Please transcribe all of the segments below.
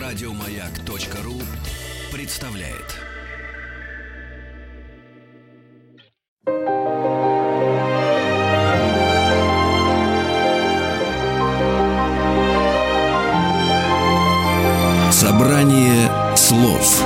Радиомаяк.ру представляет. Собрание слов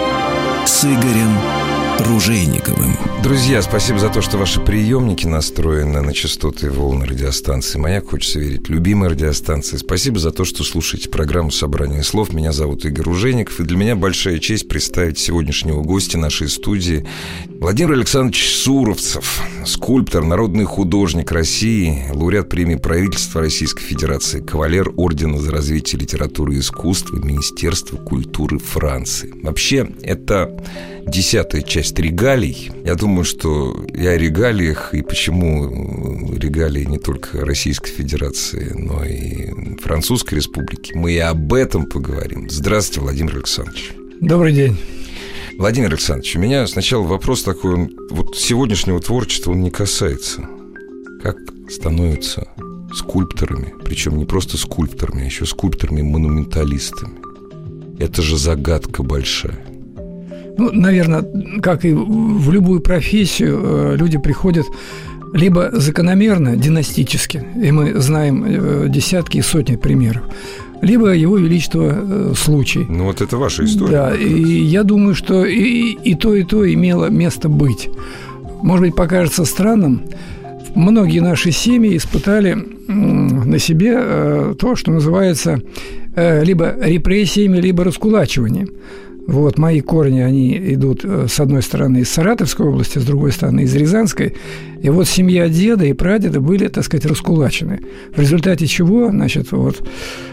с Игорем Ружейниковым. Друзья, спасибо за то, что ваши приемники настроены на частоты и волны радиостанции «Маяк». Хочется верить, любимой радиостанции. Спасибо за то, что слушаете программу «Собрание слов». Меня зовут Игорь Ружейников, и для меня большая честь представить сегодняшнего гостя нашей студии. Владимир Александрович Суровцев, скульптор, народный художник России, лауреат премии правительства Российской Федерации, кавалер ордена за развитие литературы и искусства Министерства культуры Франции. Вообще, это 10-я часть регалий. Я думаю, что и о регалиях, и почему регалии не только Российской Федерации, но и Французской Республики, мы и об этом поговорим. Здравствуйте, Владимир Александрович. Добрый день. Владимир Александрович, у меня сначала вопрос такой, он вот сегодняшнего творчества он не касается. Как становятся скульпторами, причем не просто скульпторами, а еще скульпторами-монументалистами? Это же загадка большая. Ну, наверное, как и в любую профессию, люди приходят либо закономерно, династически, и мы знаем десятки и сотни примеров, либо Его Величество случай. Ну, вот это ваша история. Да, и я думаю, что и то имело место быть. Может быть, покажется странным, многие наши семьи испытали на себе то, что называется либо репрессиями, либо раскулачиванием. Вот, мои корни, они идут, с одной стороны, из Саратовской области, с другой стороны, из Рязанской. И вот семья деда и прадеда были, так сказать, раскулачены. В результате чего, значит, вот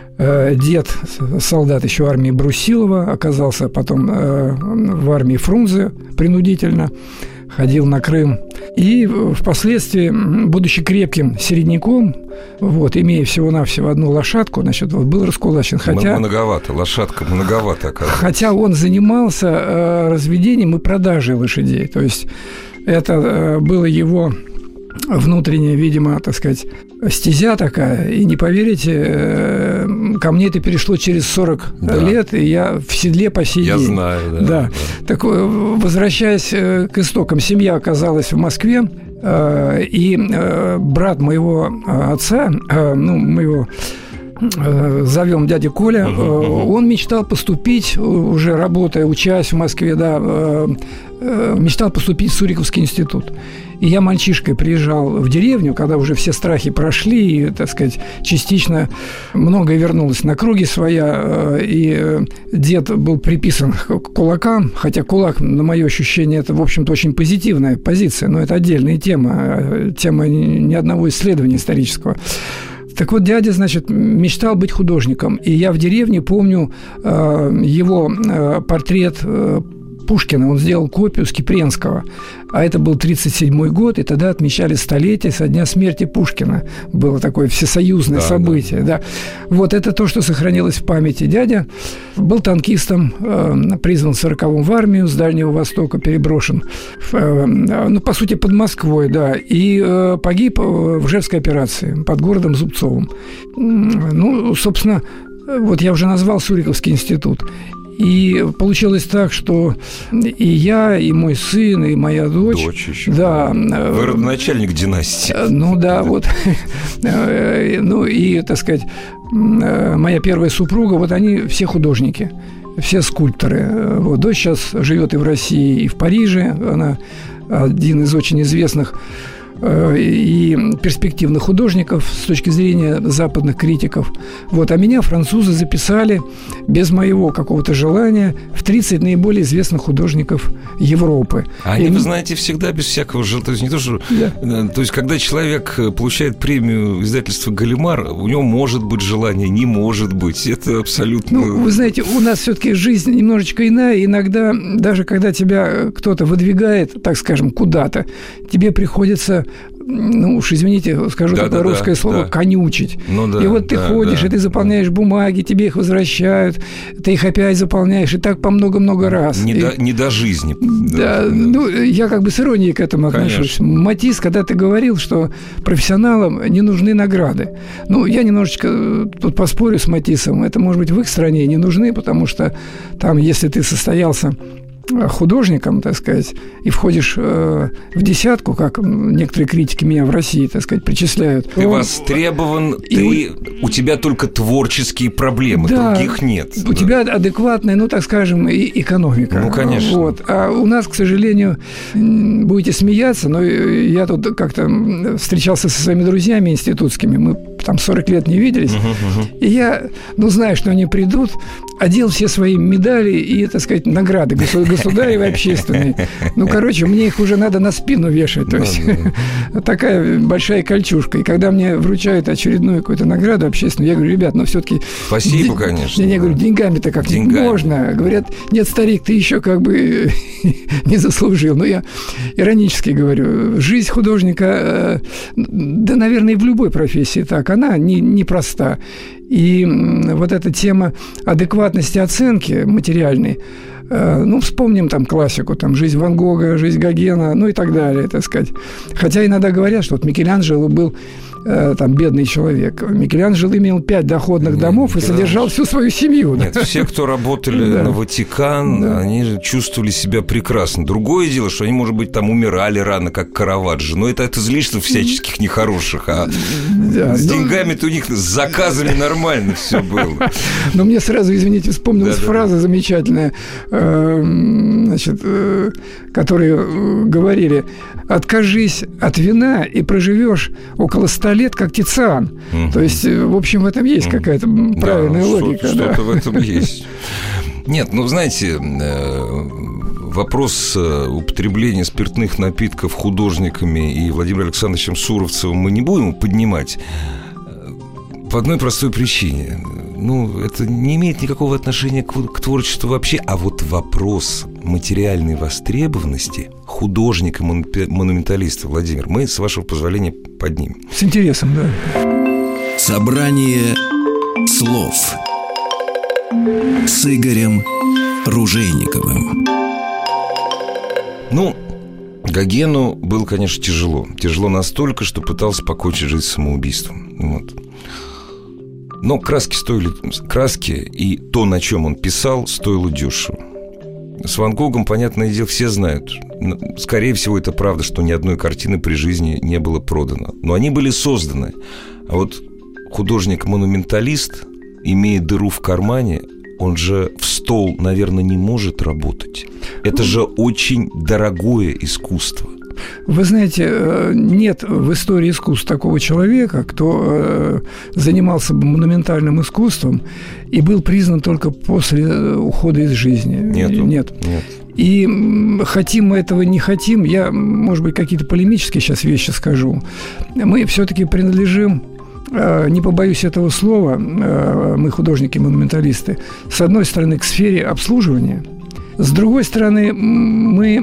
дед, солдат еще армии Брусилова, оказался потом в армии Фрунзе принудительно, ходил на Крым. И впоследствии, будучи крепким середняком, вот, имея всего-навсего одну лошадку, значит, вот, был раскулачен. Хотя, лошадка многовато, оказывается. Хотя он занимался разведением и продажей лошадей. То есть это было его внутренняя, видимо, так сказать, стезя такая. И не поверите, ко мне это перешло через 40 лет, и я в седле по сей день. Я знаю, да. Так, возвращаясь к истокам, семья оказалась в Москве, и брат моего отца, мы его зовем дядя Коля, он мечтал поступить, уже работая, учась в Москве, мечтал поступить в Суриковский институт. И я мальчишкой приезжал в деревню, когда уже все страхи прошли, и, так сказать, частично многое вернулось на круги своя, и дед был приписан к кулакам, хотя кулак, на мое ощущение, это, в общем-то, очень позитивная позиция, но это отдельная тема ни одного исследования исторического. Так вот, дядя, значит, мечтал быть художником, и я в деревне помню его портрет Пушкина, он сделал копию с Кипренского, а это был 1937 год, и тогда отмечали столетие со дня смерти Пушкина. Было такое всесоюзное событие. Да. Вот это то, что сохранилось в памяти. Дядя был танкистом, призван в 40-м в армию, с Дальнего Востока переброшен, по сути, под Москвой, да, и погиб в Ижевской операции под городом Зубцовым. Собственно, вот я уже назвал Суриковский институт. И получилось так, что и я, и мой сын, и моя дочь... Дочь еще. Да. Вы родоначальник династии. Вот. И, так сказать, моя первая супруга, вот они все художники, все скульпторы. Вот. Дочь сейчас живет и в России, и в Париже. Она один из очень известных и перспективных художников с точки зрения западных критиков. Вот. А меня французы записали без моего какого-то желания в 30 наиболее известных художников Европы. Они, вы знаете, всегда без всякого желания. То есть не то, что... Да. То есть, когда человек получает премию издательства «Галlimard», у него может быть желание, не может быть. Это абсолютно... Вы знаете, у нас все-таки жизнь немножечко иная. Иногда, даже когда тебя кто-то выдвигает, так скажем, куда-то, тебе приходится ну уж извините, скажу такое русское слово, конючить. И вот ты ходишь, и ты заполняешь бумаги, тебе их возвращают, ты их опять заполняешь, и так по много-много раз. Не до жизни. Да, ну, я как бы с иронией к этому отношусь. Матисс когда-то говорил, что профессионалам не нужны награды. Ну, я немножечко тут поспорю с Матиссом. Это, может быть, в их стране не нужны, потому что там, если ты состоялся художником, так сказать, и входишь в десятку, как некоторые критики меня в России, так сказать, причисляют. Ты востребован, у тебя только творческие проблемы, других нет. У тебя адекватная, ну, так скажем, и экономика. Ну, конечно. Вот. А у нас, к сожалению, будете смеяться, но я тут как-то встречался со своими друзьями институтскими, мы там 40 лет не виделись, и я, ну, знаю, что они придут, одел все свои медали и, так сказать, награды государевые, общественные. Ну, короче, мне их уже надо на спину вешать. То есть такая большая кольчужка. И когда мне вручают очередную какую-то награду общественную, я говорю, ребят, ну, все-таки... Спасибо, конечно. Я говорю, деньгами-то как-нибудь можно. Говорят, нет, старик, ты еще как бы не заслужил. Но я иронически говорю, жизнь художника, да, наверное, и в любой профессии так, она непроста. И вот эта тема адекватности оценки материальной, ну, вспомним там классику, там «Жизнь Ван Гога», «Жизнь Гогена», ну и так далее, так сказать. Хотя иногда говорят, что вот Микеланджело был там бедный человек. Микеланджело имел 5 доходных домов и содержал всю свою семью. Нет, все, кто работали на Ватикан, они чувствовали себя прекрасно. Другое дело, что они, может быть, там умирали рано, как Караваджо, но это от излишеств всяческих нехороших. А с деньгами-то у них, с заказами нормально все было. Но мне сразу, извините, вспомнилась фраза замечательная, значит, которые говорили: откажись от вина и проживешь около 100 лет, как Тициан. То есть, в общем, в этом есть какая-то правильная логика. Что-то в этом есть. Нет, ну, знаете, вопрос употребления спиртных напитков художниками и Владимиром Александровичем Суровцевым мы не будем поднимать по одной простой причине. Ну, это не имеет никакого отношения к творчеству вообще. А вот вопрос материальной востребованности художника-монументалиста, Владимир, мы, с вашего позволения, поднимем. С интересом, да. Собрание слов с Игорем Ружейниковым. Ну, Гогену было, конечно, тяжело. Тяжело настолько, что пытался покончить жизнь самоубийством. Вот. Но краски и то, на чем он писал, стоило дешево. С Ван Гогом, понятное дело, все знают. Скорее всего, это правда, что ни одной картины при жизни не было продано. Но они были созданы. А вот художник-монументалист, имея дыру в кармане, он же в стол, наверное, не может работать. Это же очень дорогое искусство. Вы знаете, нет в истории искусства такого человека, кто занимался бы монументальным искусством и был признан только после ухода из жизни. Нет. И хотим мы этого, не хотим, я, может быть, какие-то полемические сейчас вещи скажу. Мы все-таки принадлежим, не побоюсь этого слова, мы художники-монументалисты, с одной стороны, к сфере обслуживания, с другой стороны, мы...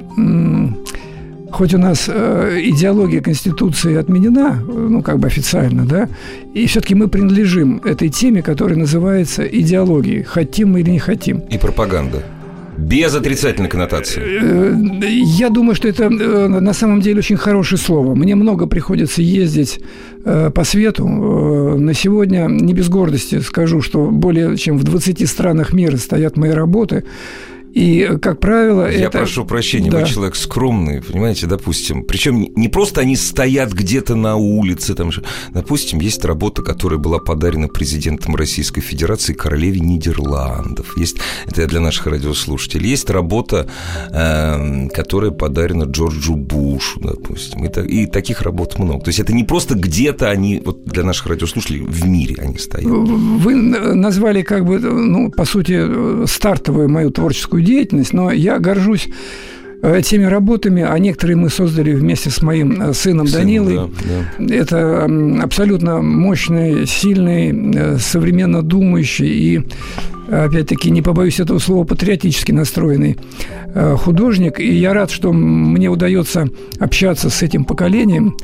Хоть у нас идеология Конституции отменена, ну, как бы официально, да, и все-таки мы принадлежим этой теме, которая называется идеологией. Хотим мы или не хотим. И пропаганда. Без отрицательной коннотации. Я думаю, что это на самом деле очень хорошее слово. Мне много приходится ездить по свету. На сегодня не без гордости скажу, что более чем в 20 странах мира стоят мои работы. И, как правило, Я прошу прощения, вы человек скромный, понимаете, допустим. Причем не просто они стоят где-то на улице. Там, допустим, есть работа, которая была подарена президентом Российской Федерации королеве Нидерландов. Это я для наших радиослушателей. Есть работа, которая подарена Джорджу Бушу, допустим. И таких работ много. То есть это не просто где-то они, вот для наших радиослушателей, в мире они стоят. Вы назвали, как бы, ну, по сути, стартовую мою творческую деятельность, но я горжусь теми работами, а некоторые мы создали вместе с моим сыном Данилой. Да. Это абсолютно мощный, сильный, современно думающий и, опять-таки, не побоюсь этого слова, патриотически настроенный художник. И я рад, что мне удается общаться с этим поколением.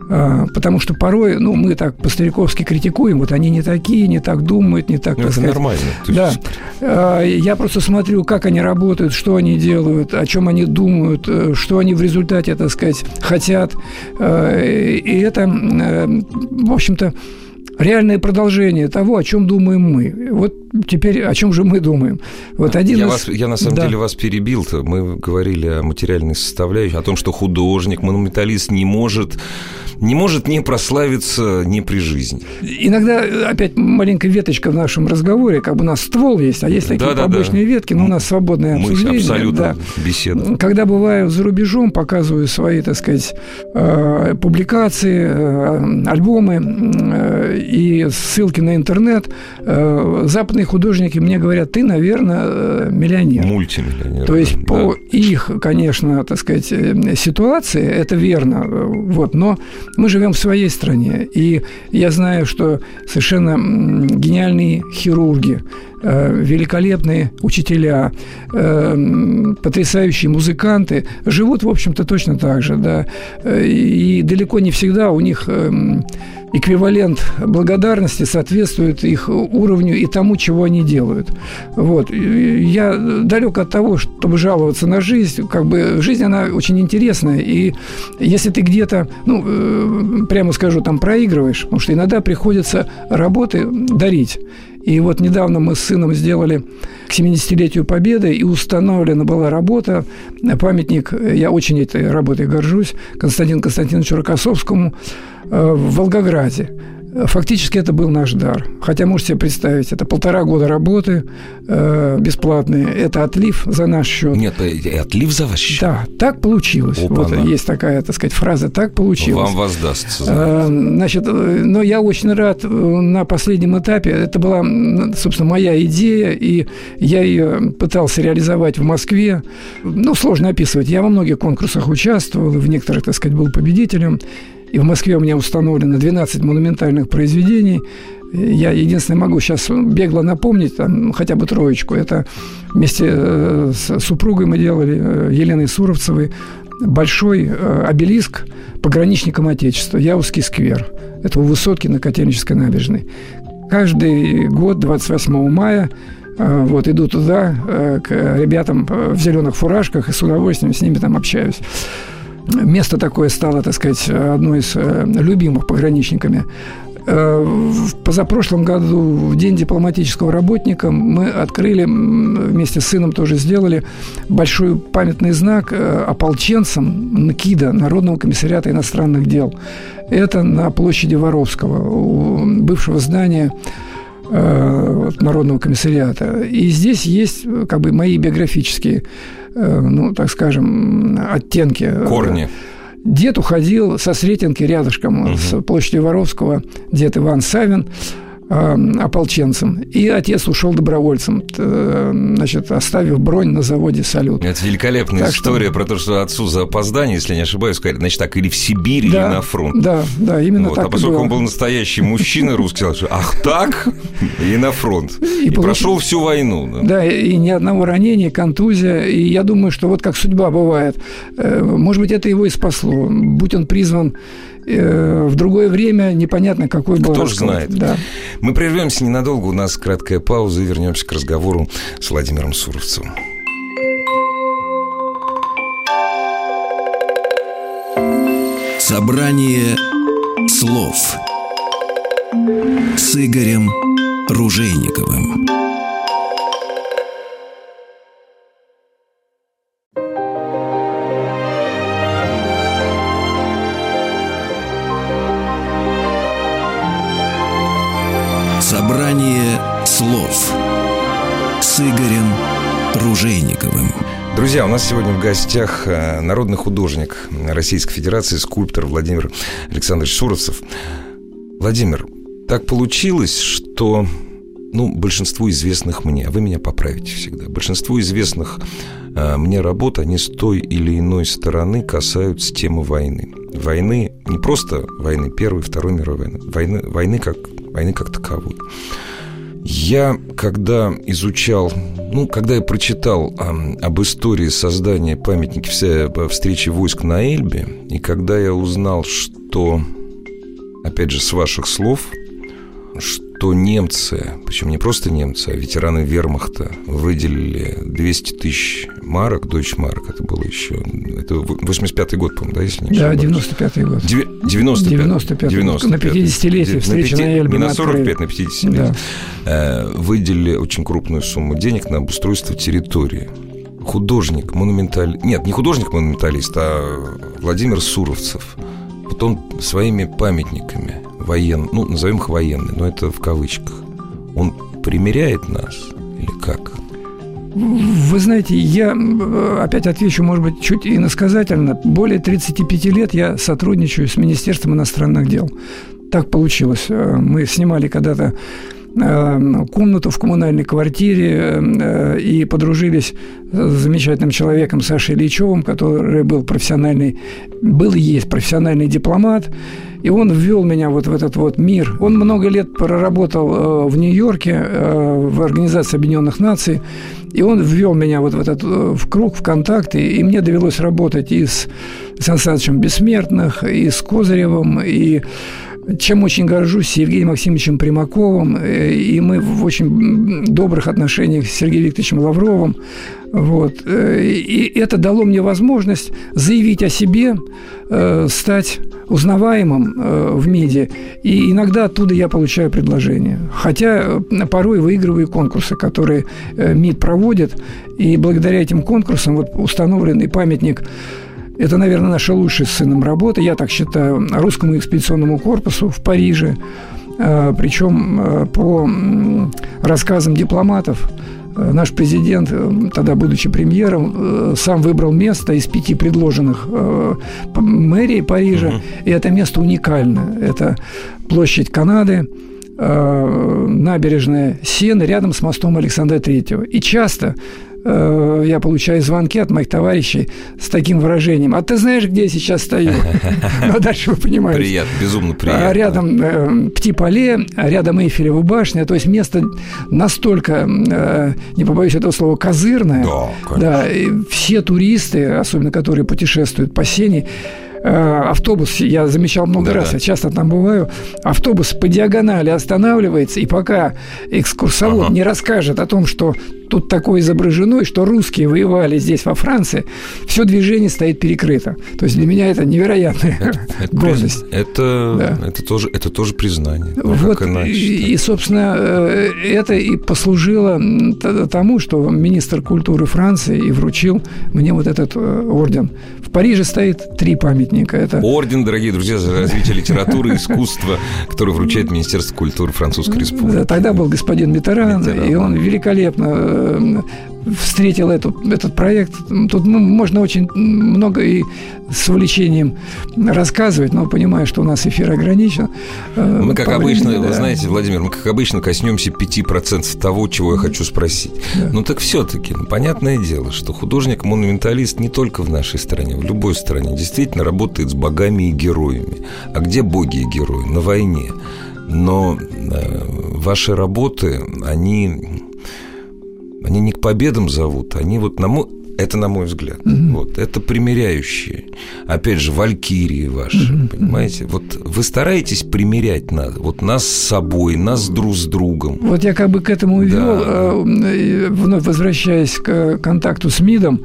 Потому что порой, мы так по-стариковски критикуем, вот они не такие, не так думают, не так, так сказать. Это нормально. Да. Я просто смотрю, как они работают, что они делают, о чем они думают, что они в результате, так сказать, хотят. И это, в общем-то, реальное продолжение того, о чем думаем мы. Вот теперь о чем же мы думаем? Вот я на самом деле вас перебил-то. Мы говорили о материальной составляющей, о том, что художник, монументалист не может не прославиться не при жизни. Иногда, опять, маленькая веточка в нашем разговоре, как бы у нас ствол есть, а есть такие побочные ветки, но у нас свободное обсуждение. Мы абсолютно беседуем. Когда бываю за рубежом, показываю свои, так сказать, публикации, альбомы и ссылки на интернет, западные художники мне говорят: ты, наверное, миллионер. Мультимиллионер. То есть по их, конечно, так сказать, ситуации это верно, вот, но мы живем в своей стране, и я знаю, что совершенно гениальные хирурги, великолепные учителя, потрясающие музыканты живут, в общем-то, точно так же, да, и далеко не всегда у них эквивалент благодарности соответствует их уровню и тому, чего они делают. Вот. Я далек от того, чтобы жаловаться на жизнь. Как бы жизнь, она очень интересная, и если ты где-то, прямо скажу, там проигрываешь, потому что иногда приходится работы дарить. И вот недавно мы с сыном сделали к 70-летию Победы, и установлена была работа, памятник, я очень этой работой горжусь, Константину Константиновичу Рокоссовскому в Волгограде. Фактически это был наш дар. Хотя, можете себе представить, это 1,5 года работы бесплатные. Это отлив за наш счет. Нет, отлив за ваш счет? Да, так получилось. Вот есть такая, так сказать, фраза «так получилось». Вам воздастся. Значит, но я очень рад на последнем этапе. Это была, собственно, моя идея, и я ее пытался реализовать в Москве. Сложно описывать. Я во многих конкурсах участвовал, в некоторых, так сказать, был победителем. И в Москве у меня установлено 12 монументальных произведений. Я единственное могу сейчас бегло напомнить, там, хотя бы 3. Это вместе с супругой мы делали, Еленой Суровцевой, большой обелиск пограничникам Отечества, Яузский сквер. Это у Высотки на Котельнической набережной. Каждый год, 28 мая, иду туда к ребятам в зеленых фуражках и с удовольствием с ними там общаюсь. Место такое стало, так сказать, одной из любимых пограничниками. В позапрошлом году, в День дипломатического работника, мы открыли, вместе с сыном тоже сделали, большой памятный знак ополченцам НКИДа, Народного комиссариата иностранных дел. Это на площади Воровского, у бывшего здания Народного комиссариата. И здесь есть как бы мои биографические, так скажем, оттенки. Корни. Дед уходил со Сретенки рядышком с площади Воровского, дед Иван Савин, ополченцем. И отец ушел добровольцем, оставив бронь на заводе «Салют». Это великолепная история про то, что отцу за опоздание, если не ошибаюсь, сказали, значит, так или в Сибирь, или на фронт. Да, именно так. А поскольку он был настоящий мужчина русский, сказал, что ах так, и на фронт. И прошел всю войну. Да, и ни одного ранения, контузия. И я думаю, что вот как судьба бывает. Может быть, это его и спасло. Будь он призван в другое время, непонятно, какой был расклад. Кто ж знает. Да. Мы прервемся ненадолго, у нас краткая пауза, и вернемся к разговору с Владимиром Суровцевым. Собрание слов с Игорем Ружейниковым. Собрание слов с Игорем Ружейниковым. Друзья, у нас сегодня в гостях народный художник Российской Федерации, скульптор Владимир Александрович Суровцев. Владимир, так получилось, что большинству известных мне, а вы меня поправите всегда, большинству известных мне работ, они с той или иной стороны касаются темы войны. Войны, не просто войны Первой, Второй мировой войны, войны как таковой. Я, когда изучал, когда я прочитал об истории создания памятника встречи войск на Эльбе, и когда я узнал, что опять же, с ваших слов, что немцы, причем не просто немцы, а ветераны вермахта выделили 200 тысяч марок, дойчмарк, это было еще... Это 85-й год, по-моему, да, если не ошибаюсь? Да, 95-й год. 95-й. На 50-летие встречи на Эльбе. Не на 45, на 50-летие. Да. Выделили очень крупную сумму денег на обустройство территории. Художник-монументалист... Нет, не художник-монументалист, а Владимир Суровцев. Вот он своими памятниками ну, назовем их военные, но это в кавычках, он примеряет нас или как? Вы знаете, я опять отвечу, может быть, чуть иносказательно. Более 35 лет я сотрудничаю с Министерством иностранных дел. Так получилось. Мы снимали когда-то комнату в коммунальной квартире и подружились с замечательным человеком Сашей Ильичевым, который был и есть профессиональный дипломат. И он ввел меня вот в этот вот мир. Он много лет проработал в Нью-Йорке, в Организации Объединенных Наций. И он ввел меня вот в круг, в контакты. И мне довелось работать и с Сан Санычем Бессмертных, и с Козыревым, и чем очень горжусь, с Евгением Максимовичем Примаковым. И мы в очень добрых отношениях с Сергеем Викторовичем Лавровым. Вот. И это дало мне возможность заявить о себе, стать узнаваемым в МИДе. И иногда оттуда я получаю предложения. Хотя порой выигрываю конкурсы, которые МИД проводит. И благодаря этим конкурсам вот установленный памятник, это, наверное, наша лучшая с сыном работа, я так считаю, Русскому экспедиционному корпусу в Париже. Причем по рассказам дипломатов, наш президент, тогда будучи премьером, сам выбрал место из 5 предложенных мэрией Парижа. И это место уникальное. Это площадь Канады, набережная Сены рядом с мостом Александра Третьего. И часто я получаю звонки от моих товарищей с таким выражением: а ты знаешь, где я сейчас стою? Ну, дальше вы понимаете. Приятно, безумно приятно. Рядом Пти-Пале, рядом Эйфелева башня. То есть место настолько, не побоюсь этого слова, козырное. Да, все туристы, особенно которые путешествуют по Сене, автобус, я замечал много раз, я часто там бываю, автобус по диагонали останавливается, и пока экскурсовод не расскажет о том, что тут такое изображено, и что русские воевали здесь, во Франции, все движение стоит перекрыто. То есть для меня это невероятная гордость. Это тоже признание. Вот, и, собственно, это и послужило тому, что министр культуры Франции и вручил мне вот этот орден. В Париже стоит 3 памятника. Это... Орден, дорогие друзья, за развитие литературы и искусства, который вручает Министерство культуры Французской Республики. Тогда был господин Миттеран, и он великолепно встретил этот проект. Тут можно очень много и с увлечением рассказывать, но понимаю, что у нас эфир ограничен. Мы, как обычно, вы знаете, Владимир, мы, как обычно, коснемся 5% того, чего я хочу спросить. Да. Но так все-таки, понятное дело, что художник-монументалист не только в нашей стране, в любой стране действительно работает с богами и героями. А где боги и герои? На войне. Но ваши работы, они не к победам зовут, они вот это на мой взгляд. Вот, это примиряющие. Опять же, валькирии ваши, понимаете? Вот вы стараетесь примирять нас с собой, нас друг с другом. Вот я как бы к этому и вел, вновь возвращаясь к контакту с МИДом.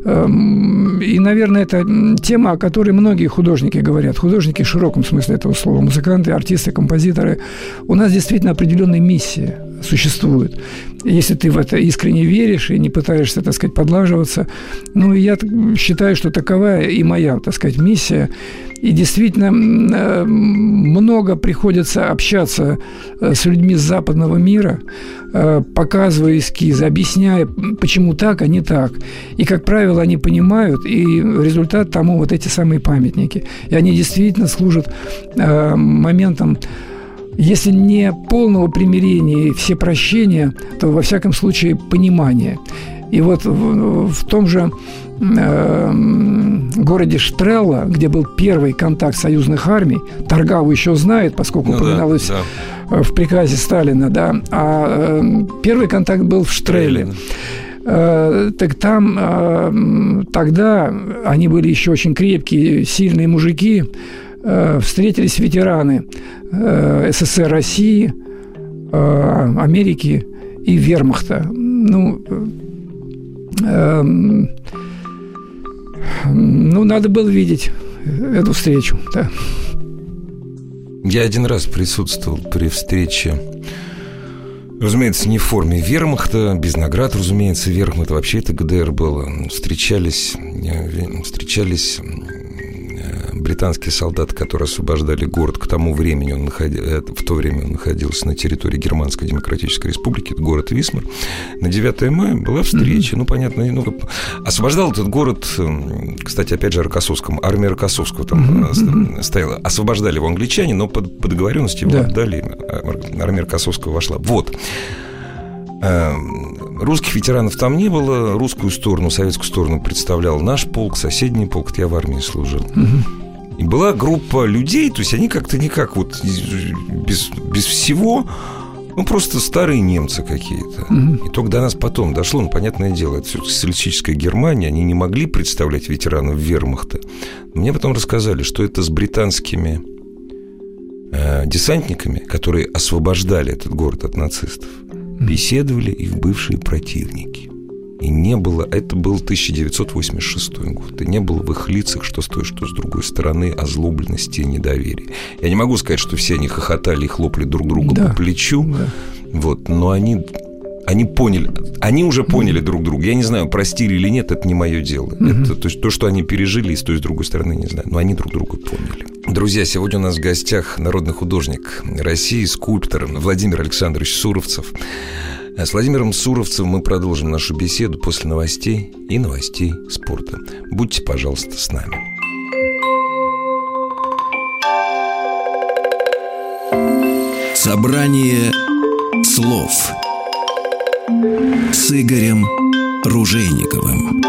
И, наверное, это тема, о которой многие художники говорят. Художники в широком смысле этого слова. Музыканты, артисты, композиторы. У нас действительно определенная миссия существует. Если ты в это искренне веришь и не пытаешься, так сказать, подлаживаться. Ну, я считаю, что такова и моя, так сказать, миссия. И действительно много приходится общаться с людьми с западного мира, показывая эскизы, объясняя, почему так, а не так. И, как правило, они понимают, и результат тому вот эти самые памятники. И они действительно служат моментом, если не полного примирения и всепрощения, то, во всяком случае, понимания. И вот в том же городе Штрелла, где был первый контакт союзных армий, Таргаву еще знает, поскольку упоминалось в приказе Сталина, да, а первый контакт был в Штрелле. Так там тогда они были еще очень крепкие, сильные мужики, встретились ветераны СССР, России, Америки и вермахта. Ну, надо было видеть эту встречу, да. Я один раз присутствовал при встрече, разумеется, не в форме вермахта, без наград, разумеется, вермахт, вообще это ГДР было. Встречались британские солдаты, которые освобождали город. К тому времени в то время он находился на территории Германской Демократической Республики, это город Висмар. На 9 мая была встреча, понятно, освобождал этот город, кстати, опять же, армия Рокоссовского там стояла. Освобождали его англичане, но по договоренности его отдали, армия Рокоссовского вошла. Вот. Русских ветеранов там не было. Русскую сторону, советскую сторону представлял наш полк, соседний полк. Я в армии служил. И была группа людей, то есть они как-то никак вот без всего, просто старые немцы какие-то. И только до нас потом дошло, понятное дело, это все социалистическая Германия, они не могли представлять ветеранов вермахта. Мне потом рассказали, что это с британскими десантниками, которые освобождали этот город от нацистов, беседовали их бывшие противники. И не было... Это был 1986 год. И не было в их лицах, что с той, что с другой стороны, озлобленности и недоверия. Я не могу сказать, что все они хохотали и хлопали друг друга по плечу. Вот, но они поняли... Они уже поняли друг друга. Я не знаю, простили или нет, это не мое дело. Это, то есть, то, что они пережили, и с той, и с другой стороны, не знаю. Но они друг друга поняли. Друзья, сегодня у нас в гостях народный художник России, скульптор Владимир Александрович Суровцев. С Владимиром Суровцевым мы продолжим нашу беседу после новостей и новостей спорта. Будьте, пожалуйста, с нами. Собрание слов с Игорем Ружейниковым.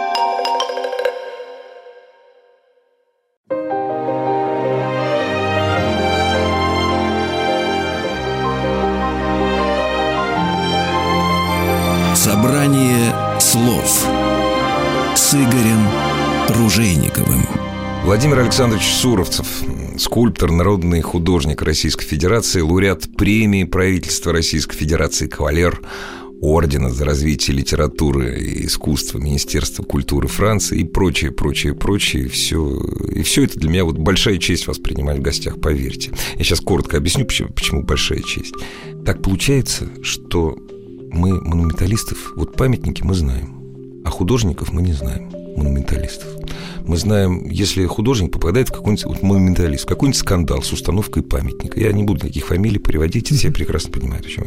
Собрание слов с Игорем Ружейниковым. Владимир Александрович Суровцев, скульптор, народный художник Российской Федерации, лауреат премии правительства Российской Федерации, кавалер ордена за развитие литературы и искусства Министерства культуры Франции и прочее. И все это для меня большая честь вас принимать в гостях, поверьте. Я сейчас коротко объясню, почему большая честь. Так получается, что мы монументалистов, памятники мы знаем, а художников мы не знаем, монументалистов. Мы знаем, если художник попадает в какой-нибудь монументалист, в какой-нибудь скандал с установкой памятника. Я не буду никаких фамилий приводить, все прекрасно понимают, почему.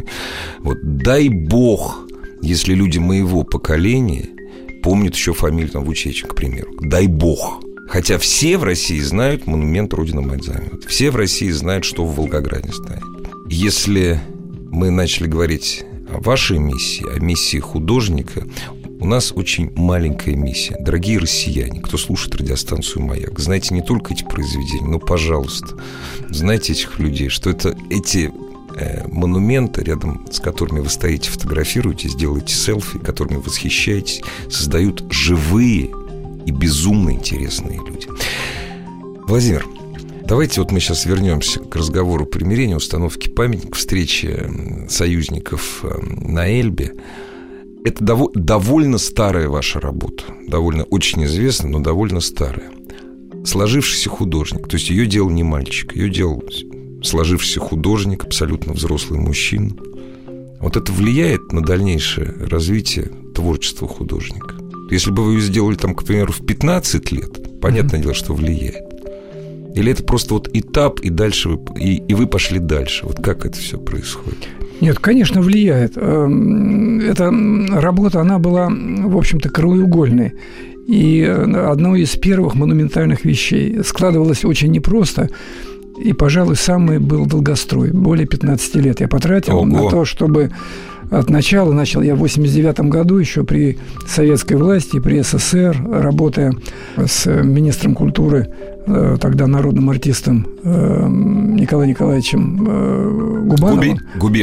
Дай бог, если люди моего поколения помнят еще фамилию Вучечин, к примеру. Дай бог. Хотя все в России знают монумент Родина-Мать Замет. Все в России знают, что в Волгограде стоит. Если мы начали говорить о вашей миссии, о миссии художника, у нас очень маленькая миссия. Дорогие россияне, кто слушает радиостанцию «Маяк», знайте не только эти произведения, но, пожалуйста, знайте этих людей, что это эти монументы, рядом с которыми вы стоите, фотографируетесь, делаете селфи, которыми восхищаетесь, создают живые и безумно интересные люди. Владимир, давайте мы сейчас вернемся к разговору примирения, установке памятников, встрече союзников на Эльбе. Это довольно старая ваша работа, довольно очень известная, но довольно старая. Сложившийся художник, то есть ее делал не мальчик, ее делал сложившийся художник, абсолютно взрослый мужчина. Это влияет на дальнейшее развитие творчества художника. Если бы вы ее сделали, к примеру, в 15 лет, понятное дело, что влияет. Или это просто этап, и дальше вы пошли дальше? Как это все происходит? Нет, конечно, влияет. Эта работа, она была, в общем-то, краеугольной. И одной из первых монументальных вещей. Складывалось очень непросто. И, пожалуй, самый был долгострой. Более 15 лет я потратил на то, чтобы от начала, начал я в 1989 году еще при советской власти, при СССР, работая с министром культуры, тогда народным артистом Николаем Николаевичем Губановым.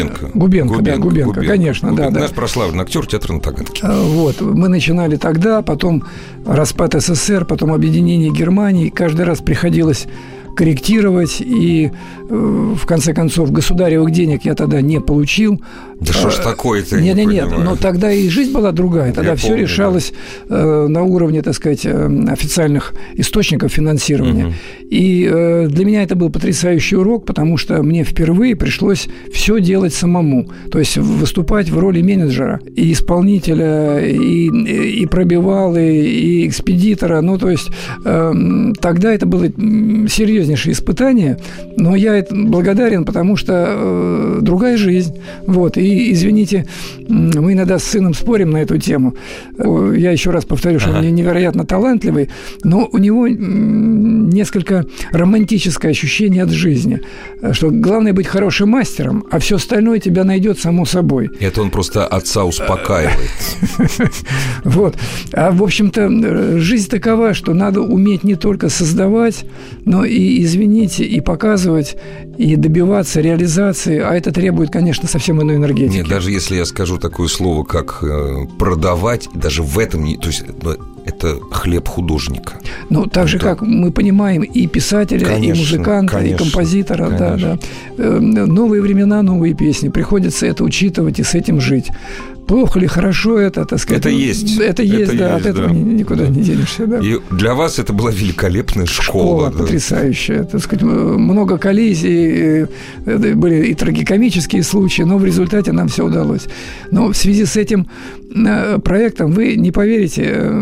Губенко, конечно. Да. Наш прославленный актер театра на Таганке. Мы начинали тогда, потом распад СССР, потом объединение Германии. Каждый раз приходилось корректировать, и в конце концов государевых денег я тогда не получил. Да что ж такое-то? Нет, но тогда и жизнь была другая. Тогда все решалось на уровне, так сказать, официальных источников финансирования. И для меня это был потрясающий урок, потому что мне впервые пришлось все делать самому. То есть выступать в роли менеджера и исполнителя, и пробивалы, и экспедитора. Ну, то есть тогда это было серьезнейшее испытание, но я благодарен, потому что другая жизнь. Вот. И, извините, мы иногда с сыном спорим на эту тему. Я еще раз повторю, что он невероятно талантливый, но у него несколько романтическое ощущение от жизни, что главное быть хорошим мастером, а все остальное тебя найдет само собой. Это он просто отца успокаивает. Вот. А, в общем-то, жизнь такова, что надо уметь не только создавать, но и, извините, и показывать, и добиваться реализации, а это требует, конечно, совсем иной энергетики. Нет, даже если я скажу такое слово, как продавать, даже в этом не... То есть это хлеб художника. Ну, так же, как мы понимаем и писателя, конечно, и музыканта, конечно, и композитора. Да. Новые времена, новые песни. Приходится это учитывать и с этим жить. Плохо ли, хорошо это, так сказать. Это есть. Это есть, да, от этого никуда не денешься. Да. И для вас это была великолепная школа. Да. Потрясающая. Так сказать, много коллизий, были и трагикомические случаи, но в результате нам все удалось. Но в связи с этим проектом, вы не поверите,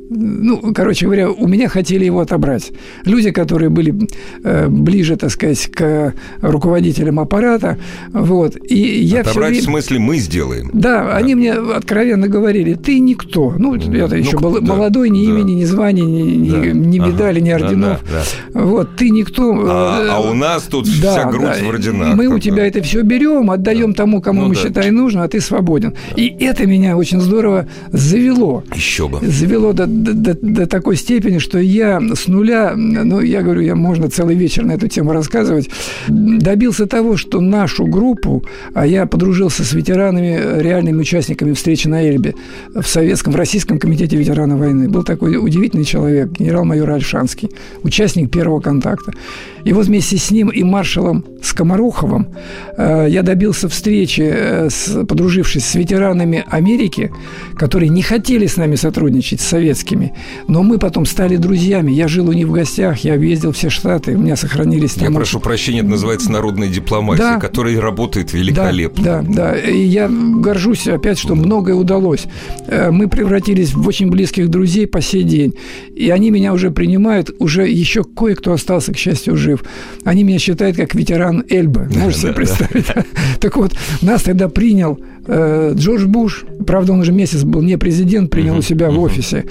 короче говоря, у меня хотели его отобрать. Люди, которые были ближе, так сказать, к руководителям аппарата, вот, и я отобрать в смысле мы сделаем. Да, они мне откровенно говорили: ты никто. Я-то еще был молодой, ни имени, ни звания, ни медали, ни орденов. Вот, ты никто. А у нас тут вся грудь в орденах. Мы у тебя это все берем, отдаем тому, кому мы считаем нужно, а ты свободен. И это меня очень здорово завело. Еще бы. Завело до такой степени, что я с нуля, я говорю, можно целый вечер на эту тему рассказывать, добился того, что нашу группу, а я подружился с ветеранами, реальными участниками встречи на Эльбе в Российском комитете ветеранов войны. Был такой удивительный человек, генерал-майор Альшанский, участник первого контакта. И вот вместе с ним и маршалом Скомороховым я добился встречи, подружившись с ветеранами Америки, которые не хотели с нами сотрудничать, с советскими, но мы потом стали друзьями. Я жил у них в гостях, я объездил все штаты, у меня сохранились... Я прошу прощения, это называется народная дипломатия, которая работает великолепно. Да. И я горжусь опять, что многое удалось. Мы превратились в очень близких друзей по сей день. И они меня уже принимают, уже еще кое-кто остался, к счастью, жив. Они меня считают как ветеран Эльбы. Можете себе представить? Так вот, нас тогда принял Джордж Буш. Правда, он уже месяц был не президент, принял у себя в офисе.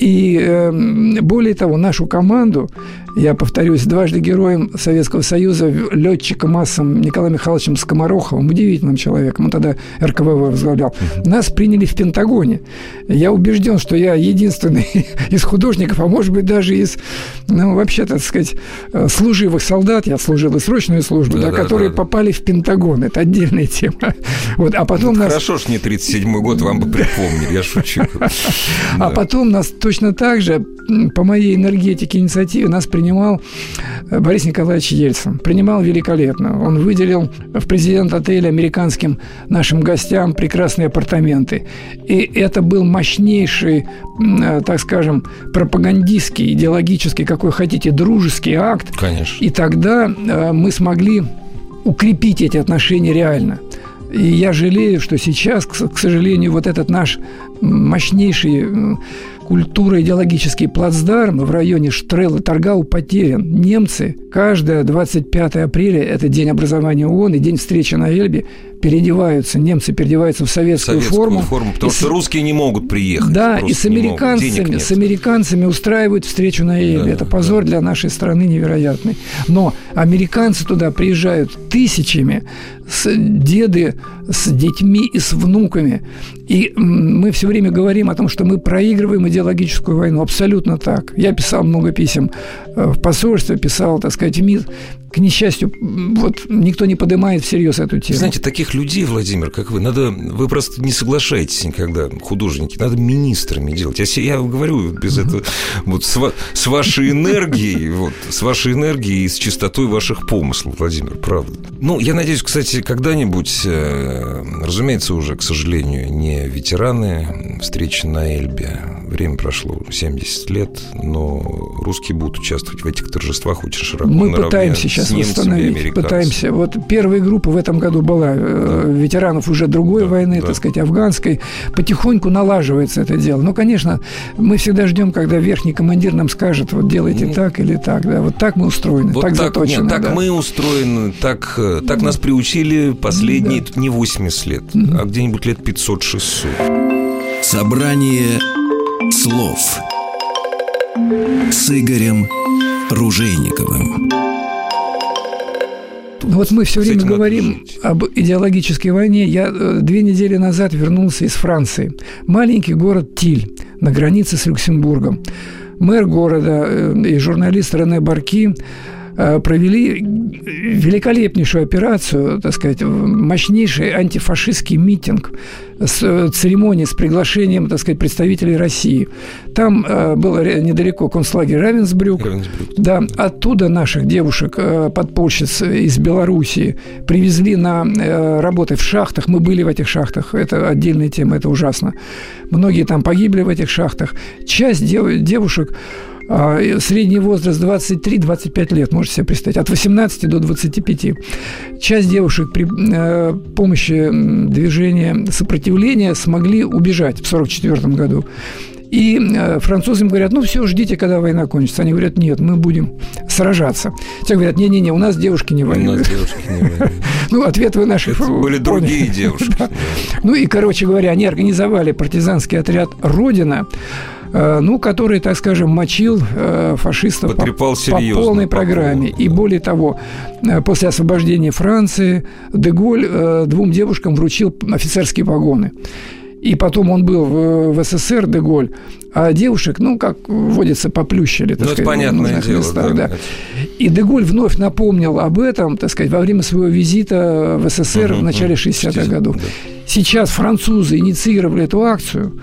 И более того, нашу команду, я повторюсь, дважды героем Советского Союза, летчиком АСом Николаем Михайловичем Скомороховым, удивительным человеком, он тогда РКВВ возглавлял, нас приняли в Пентагоне. Я убежден, что я единственный из художников, а может быть даже из, вообще, так сказать, служивых солдат, я служил и срочную службу, которые попали в Пентагон. Это отдельная тема. Вот, а потом хорошо, что не 37-й год, вам бы припомнили, я шучу. А потом нас точно так же, по моей энергетике, инициативе, нас принимал Борис Николаевич Ельцин. Принимал великолепно. Он выделил в президент-отеле американским нашим гостям прекрасные апартаменты. И это был мощнейший, так скажем, пропагандистский, идеологический, какой хотите, дружеский акт. Конечно. И тогда мы смогли укрепить эти отношения реально. И я жалею, что сейчас, к сожалению, вот этот наш мощнейший культуро-идеологический плацдарм в районе Штрелла-Таргау потерян. Немцы каждое 25 апреля, это день образования ООН и день встречи на Эльбе, немцы переодеваются в советскую форму. Потому что русские не могут приехать. Да, и с американцами устраивают встречу на Эльбе. Это позор для нашей страны невероятный. Но американцы туда приезжают тысячами, деды с детьми и с внуками. И мы все время говорим о том, что мы проигрываем идеологическую войну. Абсолютно так. Я писал много писем в посольстве, писал, так сказать, в МИД. к несчастью, вот никто не поднимает всерьез эту тему. Знаете, таких людей, Владимир, как вы просто не соглашаетесь никогда, художники, надо министрами делать. Я говорю без этого, вот с вашей энергией, и с чистотой ваших помыслов, Владимир, правда. Ну, я надеюсь, кстати, когда-нибудь, разумеется, уже, к сожалению, не ветераны встречи на Эльбе. Время прошло 70 лет, но русские будут участвовать в этих торжествах очень широко. Мы пытаемся сейчас восстановить. Пытаемся. Вот первая группа в этом году была ветеранов уже другой войны, так сказать, афганской. Потихоньку налаживается это дело. Но, конечно, мы всегда ждем, когда верхний командир нам скажет, вот делайте так или так. Да. Вот так мы устроены, вот так заточены. Так мы устроены, так нас приучили последние не 80 лет, а где-нибудь лет 500-600. Собрание слов с Игорем Ружейниковым. Ну вот мы все время говорим об идеологической войне. Я 2 недели назад вернулся из Франции. Маленький город Тиль на границе с Люксембургом. Мэр города и журналист Рене Барки провели великолепнейшую операцию, так сказать, мощнейший антифашистский митинг с церемонией, с приглашением, так сказать, представителей России. Там было недалеко концлагерь Равенсбрюк. Да, оттуда наших девушек-подпольщиц из Белоруссии привезли на работы в шахтах. Мы были в этих шахтах. Это отдельная тема, это ужасно. Многие там погибли в этих шахтах. Часть девушек... Средний возраст 23-25 лет, можете себе представить, от 18 до 25. Часть девушек при помощи движения сопротивления смогли убежать в 1944 году. И французы им говорят, ну все, ждите, когда война кончится. Они говорят, нет, мы будем сражаться. Те говорят, не-не-не, у нас девушки не воюют. Ну, ответ вы наших... Были другие девушки. Ну и, короче говоря, они организовали партизанский отряд «Родина», ну, который, так скажем, мочил фашистов по полной программе. И более того, после освобождения Франции Де-Голь 2 девушкам вручил офицерские погоны. И потом он был в СССР, Де-Голь, а девушек, ну, как водится, поплющили, так сказать, понятное дело, местах, да. И Де-Голь вновь напомнил об этом, так сказать, во время своего визита в СССР в начале 60-х годов. Сейчас французы инициировали эту акцию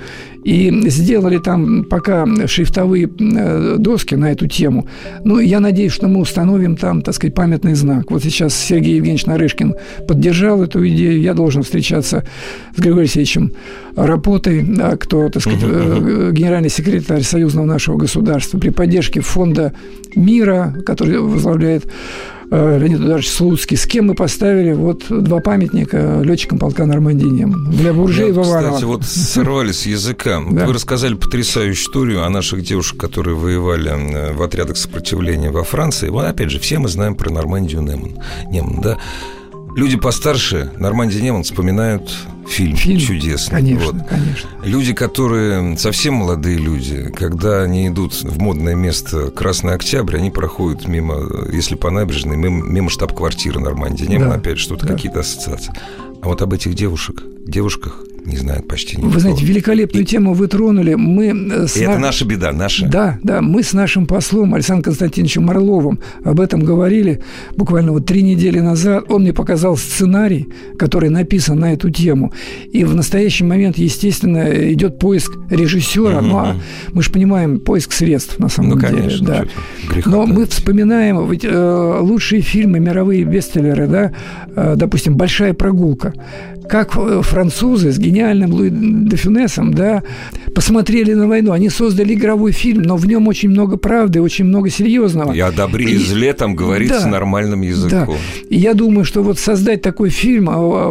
и сделали там пока шрифтовые доски на эту тему. Ну, я надеюсь, что мы установим там, так сказать, памятный знак. Вот сейчас Сергей Евгеньевич Нарышкин поддержал эту идею. Я должен встречаться с Григорием Алексеевичем Рапотой, да, кто, так сказать, генеральный секретарь союзного нашего государства, при поддержке Фонда мира, который возглавляет Леонид Эдуардович Слуцкий, с кем мы поставили вот 2 памятника летчикам полка Нормандии-Неман. Для Бурже и Вованова. Кстати, вот сорвали с языка. Да. Вы рассказали потрясающую историю о наших девушках, которые воевали в отрядах сопротивления во Франции. Вот, опять же, все мы знаем про Нормандию-Неман, да? Люди постарше Нормандия-Неман вспоминают фильм чудесный. Конечно, конечно. Люди, которые совсем молодые люди, когда они идут в модное место Красный Октябрь, они проходят мимо, если по набережной, мимо штаб-квартиры Нормандия-Неман, опять что-то, какие-то ассоциации. А вот об этих девушках не знает почти никто. Вы знаете, великолепную тему вы тронули. Это наша беда, наша. Да, мы с нашим послом Александром Константиновичем Орловым об этом говорили буквально вот 3 недели назад. Он мне показал сценарий, который написан на эту тему. И в настоящий момент, естественно, идет поиск режиссера. Ну, а мы же понимаем, поиск средств на самом деле. Конечно, да. Но мы вспоминаем ведь лучшие фильмы, мировые бестселлеры, да, допустим, «Большая прогулка». Как французы с гениальным Луи де Фюнесом, да, посмотрели на войну. Они создали игровой фильм, но в нем очень много правды, очень много серьезного. И о добре и зле там говорится нормальным языком. Да. И я думаю, что вот создать такой фильм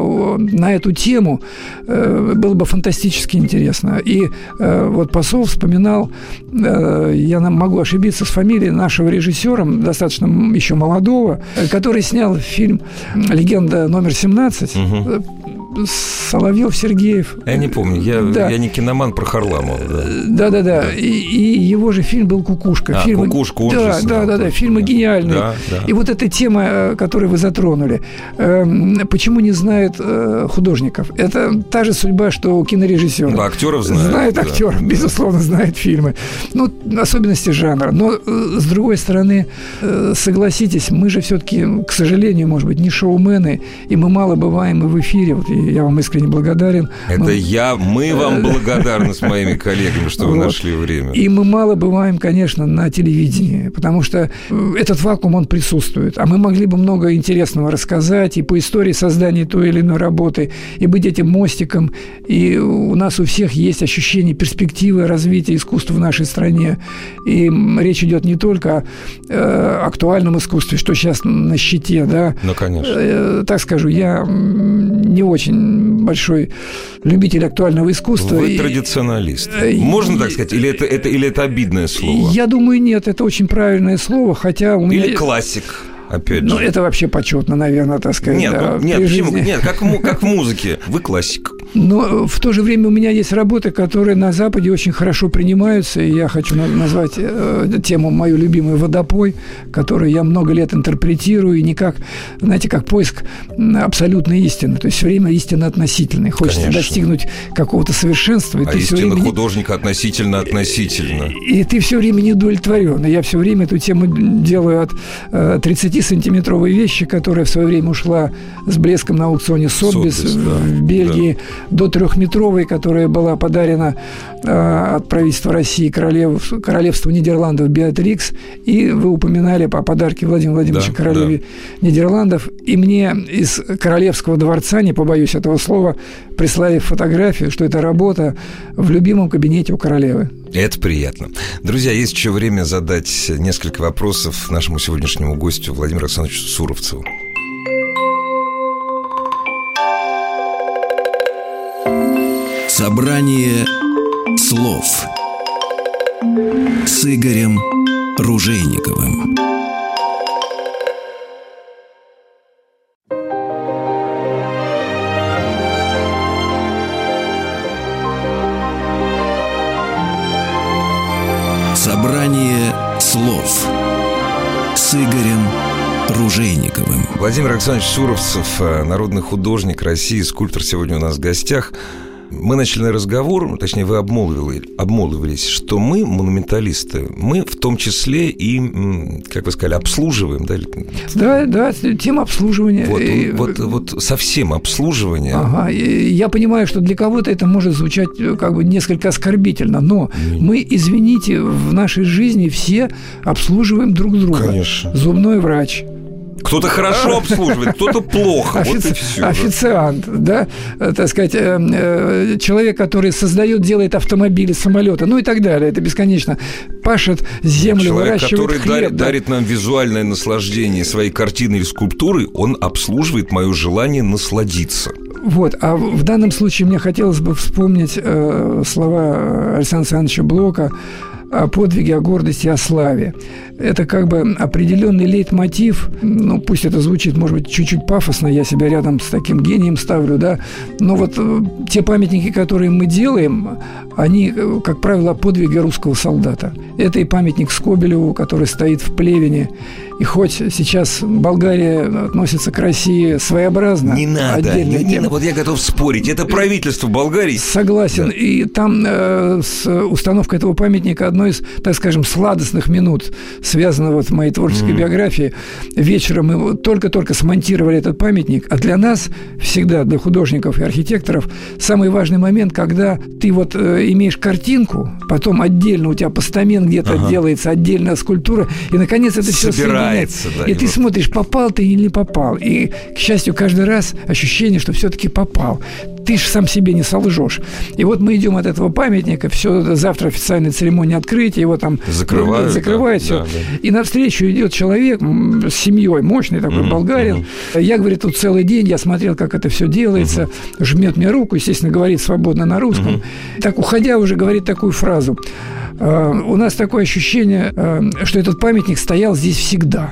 на эту тему было бы фантастически интересно. И вот посол вспоминал, я могу ошибиться с фамилией нашего режиссера, достаточно еще молодого, который снял фильм «Легенда номер 17», Соловьев, Сергеев. Я не помню, я не киноман про Харламова. Да. И его же фильм был «Кукушка». «Кукушку» он же снял. Да, фильмы гениальные. Да. И вот эта тема, которую вы затронули, почему не знают художников? Это та же судьба, что у кинорежиссера. Да, актеров знают. Знает актеров, безусловно, знает фильмы. Ну, особенности жанра. Но, с другой стороны, согласитесь, мы же все-таки, к сожалению, может быть, не шоумены, и мы мало бываем и в эфире. Вот, и я вам искренне благодарен. Мы вам благодарны с моими коллегами, что вы нашли время. И мы мало бываем, конечно, на телевидении, потому что этот вакуум, он присутствует. А мы могли бы много интересного рассказать и по истории создания той или иной работы, и быть этим мостиком. И у нас у всех есть ощущение перспективы развития искусства в нашей стране. И речь идет не только о актуальном искусстве, что сейчас на щите, да. Ну, конечно. Так скажу, я не очень большой любитель актуального искусства. Вы традиционалист. Можно так сказать? Или это обидное слово? Я думаю, нет, это очень правильное слово, хотя у меня... Или классик. Опять же. Ну, это вообще почетно, наверное, так сказать. Нет, да, почему? Нет, как в музыке. Вы классик. Но в то же время у меня есть работы, которые на Западе очень хорошо принимаются, и я хочу назвать тему мою любимую «Водопой», которую я много лет интерпретирую, и никак, знаете, как поиск абсолютной истины. То есть все время истина относительная. Хочется достигнуть какого-то совершенства. И истина художника относительно. И ты все время не удовлетворен. И я все время эту тему делаю от 30-сантиметровой вещи, которая в свое время ушла с блеском на аукционе Сотбис в Бельгии, до 3-метровой, которая была подарена от правительства России королевству Нидерландов Беатрикс. И вы упоминали о подарке Владимира Владимировича королеве Нидерландов. И мне из Королевского дворца, не побоюсь этого слова, прислали фотографию, что это работа в любимом кабинете у королевы. Это приятно. Друзья, есть еще время задать несколько вопросов нашему сегодняшнему гостю Владимиру Александровичу Суровцеву. Собрание слов с Игорем Ружейниковым. Собрание слов с Игорем Ружейниковым. Владимир Александрович Суровцев, народный художник России, скульптор, сегодня у нас в гостях. Мы начали разговор, точнее, вы обмолвились, что мы, монументалисты, мы в том числе и, как вы сказали, обслуживаем, да? Да, тема обслуживания. Вот совсем обслуживание. Ага, я понимаю, что для кого-то это может звучать как бы несколько оскорбительно, но мы, извините, в нашей жизни все обслуживаем друг друга. Конечно. Зубной врач. Кто-то хорошо обслуживает, кто-то плохо. Вот и все. Официант, да, так сказать, человек, который создает, делает автомобили, самолеты, ну и так далее. Это бесконечно. Пашет землю, человек, выращивает хлеб. Человек, который дарит нам визуальное наслаждение своей картины или скульптуры, он обслуживает мое желание насладиться. Вот, а в данном случае мне хотелось бы вспомнить слова Александра Александровича Блока о подвиге, о гордости, о славе. Это как бы определенный лейтмотив, ну, пусть это звучит, может быть, чуть-чуть пафосно, я себя рядом с таким гением ставлю, да, но вот те памятники, которые мы делаем, они, как правило, о подвиге русского солдата. Это и памятник Скобелеву, который стоит в Плевене, и хоть сейчас Болгария относится к России своеобразно... Не надо, вот я готов спорить, это правительство Болгарии. Согласен, да. И там с установкой этого памятника одной из, так скажем, сладостных минут, связано вот в моей творческой биографии. Вечером мы только-только смонтировали этот памятник, а для нас всегда, для художников и архитекторов, самый важный момент, когда ты вот имеешь картинку, потом отдельно у тебя постамент где-то делается, отдельная скульптура, и, наконец, это все соединяется. Да, и ты смотришь, попал ты или не попал. И, к счастью, каждый раз ощущение, что все-таки попал. Ты же сам себе не солжешь. И вот мы идем от этого памятника, все, завтра официальная церемония открытия, его там закрывают все. Да. И навстречу идет человек с семьей, мощный такой болгарин. Я, говорит, тут целый день, я смотрел, как это все делается, жмет мне руку, естественно, говорит свободно на русском. Так, уходя, уже говорит такую фразу. У нас такое ощущение, что этот памятник стоял здесь всегда.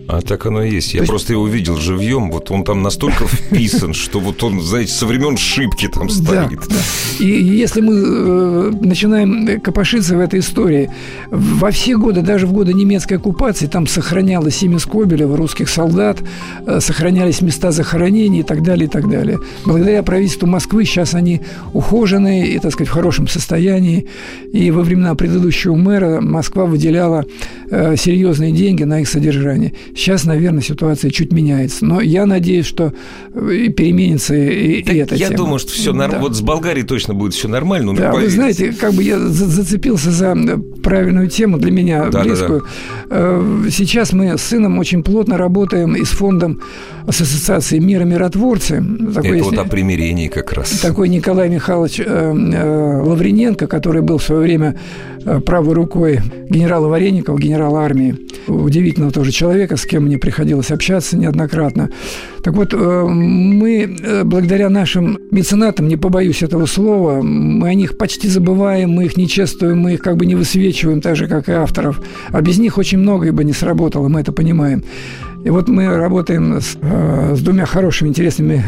А так оно и есть. Я просто его видел живьем. Вот он там настолько вписан, что вот он, знаете, со времен Шипки там стоит. Да. И если мы начинаем копошиться в этой истории, во все годы, даже в годы немецкой оккупации, там сохранялось имя Скобелева, русских солдат, сохранялись места захоронений и так далее, и так далее. Благодаря правительству Москвы сейчас они ухоженные и, так сказать, в хорошем состоянии. И во времена предыдущего мэра Москва выделяла серьезные деньги на их содержание. Сейчас, наверное, ситуация чуть меняется. Но я надеюсь, что переменится и эта тема. Я думаю, что все нормально. Вот с Болгарией точно будет все нормально. Да, вы знаете, как бы я зацепился за правильную тему, для меня близкую. Да. Сейчас мы с сыном очень плотно работаем и с фондом с Ассоциацией «Мир и миротворцы». Это вот о примирении как раз. Такой Николай Михайлович Лавриненко, который был в свое время правой рукой генерала Вареникова, генерала армии. Удивительного тоже человека, с кем мне приходилось общаться неоднократно. Так вот, мы, благодаря нашим меценатам, не побоюсь этого слова, мы о них почти забываем, мы их не чествуем, мы их как бы не высвечиваем, так же, как и авторов. А без них очень многое бы не сработало, мы это понимаем. И вот мы работаем с двумя хорошими, интересными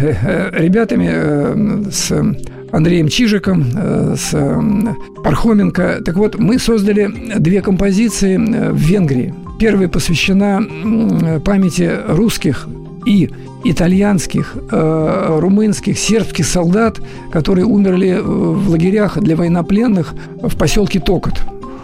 ребятами, с Андреем Чижиком, с Пархоменко. Так вот, мы создали 2 композиции в Венгрии. Первая посвящена памяти русских и итальянских, румынских, сербских солдат, которые умерли в лагерях для военнопленных в поселке Токот.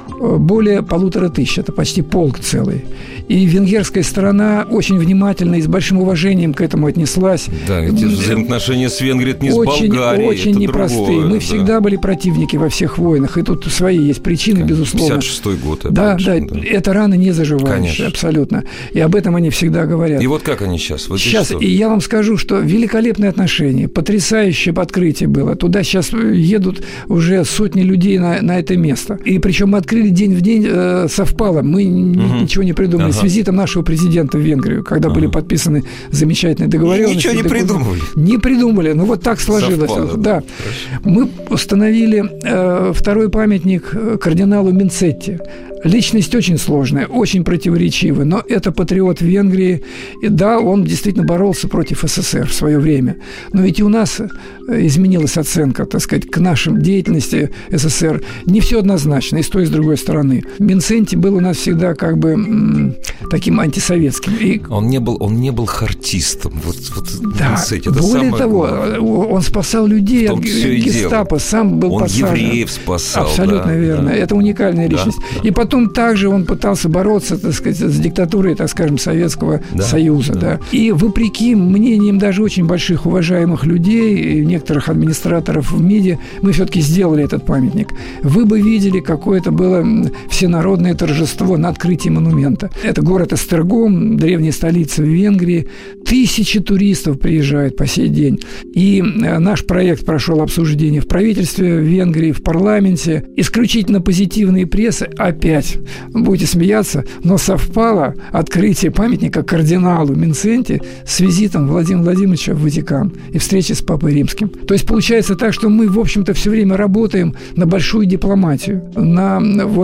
Более 1500, это почти полк целый. И венгерская сторона очень внимательно и с большим уважением к этому отнеслась. Да, эти взаимоотношения с Венгрией, это не очень, с Болгарией, очень это непростые. Другое, мы всегда были противники во всех войнах, и тут свои есть причины, безусловно. 56-й год. Да, это раны не заживающие, абсолютно. И об этом они всегда говорят. И вот как они сейчас? Вот сейчас, и я вам скажу, что великолепные отношения, потрясающее открытие было. Туда сейчас едут уже сотни людей на это место. И причем мы открыли день в день, совпало. Мы ничего не придумали. С визитом нашего президента в Венгрию, когда были подписаны замечательные договоренности. Ничего не придумали. Не придумали. Ну, вот так сложилось. Совпало. Да. Мы установили второй памятник кардиналу Минцетти. Личность очень сложная, очень противоречивая, но это патриот Венгрии. И да, он действительно боролся против СССР в свое время. Но ведь и у нас изменилась оценка, так сказать, к нашей деятельности СССР. Не все однозначно, и с той, и с другой стороны. Минцетти был у нас всегда как бы таким антисоветским. И... Он не был хартистом. Да, Минцетти, это более того, главное. Он спасал людей от гестапо, сам был посажен. Он евреев спасал. Абсолютно верно. Да. Это уникальная личность. Да. И потом также он пытался бороться, так сказать, с диктатурой, так скажем, Советского Союза. Да. И вопреки мнениям даже очень больших уважаемых людей, некоторых администраторов в МИДе, мы все-таки сделали этот памятник. Вы бы видели, какое это было всенародное торжество на открытии монумента. Это город Эстергом, древняя столица Венгрии. Тысячи туристов приезжают по сей день. И наш проект прошел обсуждение в правительстве Венгрии, в парламенте. Исключительно позитивные прессы опять. Будете смеяться, но совпало открытие памятника кардиналу Минцетти с визитом Владимира Владимировича в Ватикан и встречей с Папой Римским. То есть получается так, что мы, в общем-то, все время работаем на большую дипломатию, на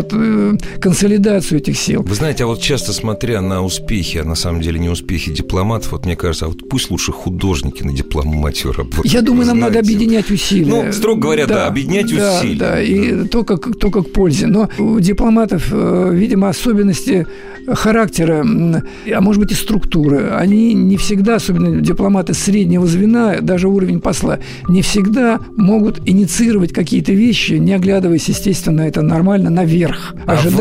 консолидацию этих сил. Вы знаете, а вот часто смотря на успехи, а на самом деле не успехи дипломатов, вот мне кажется, а вот пусть лучше художники на дипломатию работают. Я думаю, нам надо объединять усилия. Ну, строго говоря, да, объединять усилия. Да, и только к пользе. Но у дипломатов, видимо, особенности характера, а может быть и структуры, они не всегда, особенно дипломаты среднего звена, даже уровень посла, не всегда могут инициировать какие-то вещи, не оглядываясь, естественно, это нормально, наверх.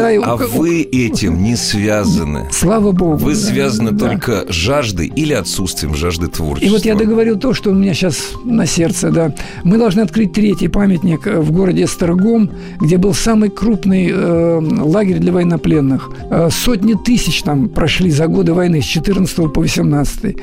Вы этим не связаны. Слава Богу. Вы связаны только жаждой или отсутствием жажды творчества. И вот я договорил то, что у меня сейчас на сердце, да. Мы должны открыть 3-й памятник в городе Эстергом, где был самый крупный лагерь для военнопленных. Сотни тысяч там прошли за годы войны с 14 по 18.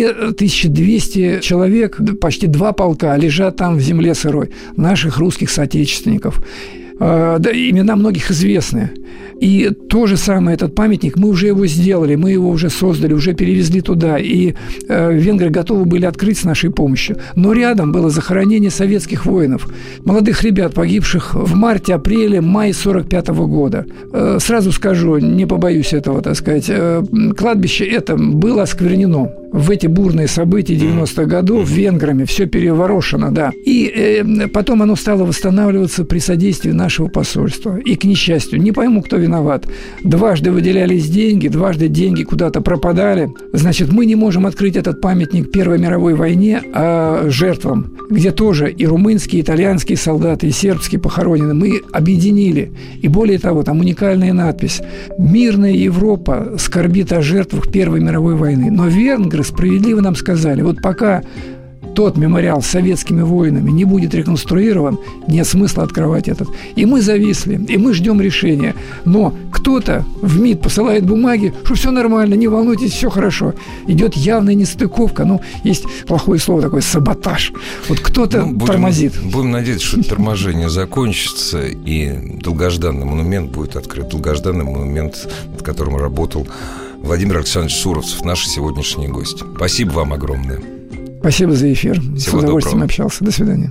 2200 человек, почти 2 полка лежат там в земле сырой, наших русских соотечественников. имена многих известны. И то же самое, этот памятник, мы уже его сделали, мы его уже создали, уже перевезли туда, и венгры готовы были открыть с нашей помощью. Но рядом было захоронение советских воинов, молодых ребят, погибших в марте-апреле, мае 1945 года. Сразу скажу, не побоюсь этого, так сказать, кладбище это было осквернено. В эти бурные события 90-х годов венграми все переворошено, да. И потом оно стало восстанавливаться при содействии нашего посольства. И, к несчастью, не пойму, кто виноват. Дважды выделялись деньги, дважды деньги куда-то пропадали. Значит, мы не можем открыть этот памятник Первой мировой войне, жертвам, где тоже и румынские, и итальянские солдаты, и сербские похоронены. Мы объединили. И более того, там уникальная надпись. «Мирная Европа скорбит о жертвах Первой мировой войны». Но венгры справедливо нам сказали, вот пока тот мемориал с советскими воинами не будет реконструирован, нет смысла открывать этот. И мы зависли, и мы ждем решения. Но кто-то в МИД посылает бумаги, что все нормально, не волнуйтесь, все хорошо. Идет явная нестыковка, есть плохое слово такое, саботаж. Вот кто-то тормозит. Будем надеяться, что торможение закончится, и долгожданный монумент будет открыт. Долгожданный монумент, над которым работал Владимир Александрович Суровцев, наш сегодняшний гость. Спасибо вам огромное. Спасибо за эфир. Всего С удовольствием доброго. общался. До свидания.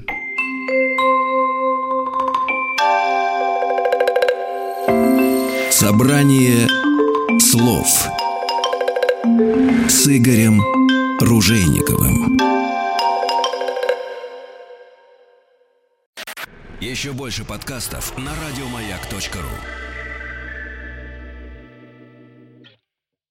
Собрание слов с Игорем Ружейниковым. Еще больше подкастов на радиомаяк.ру.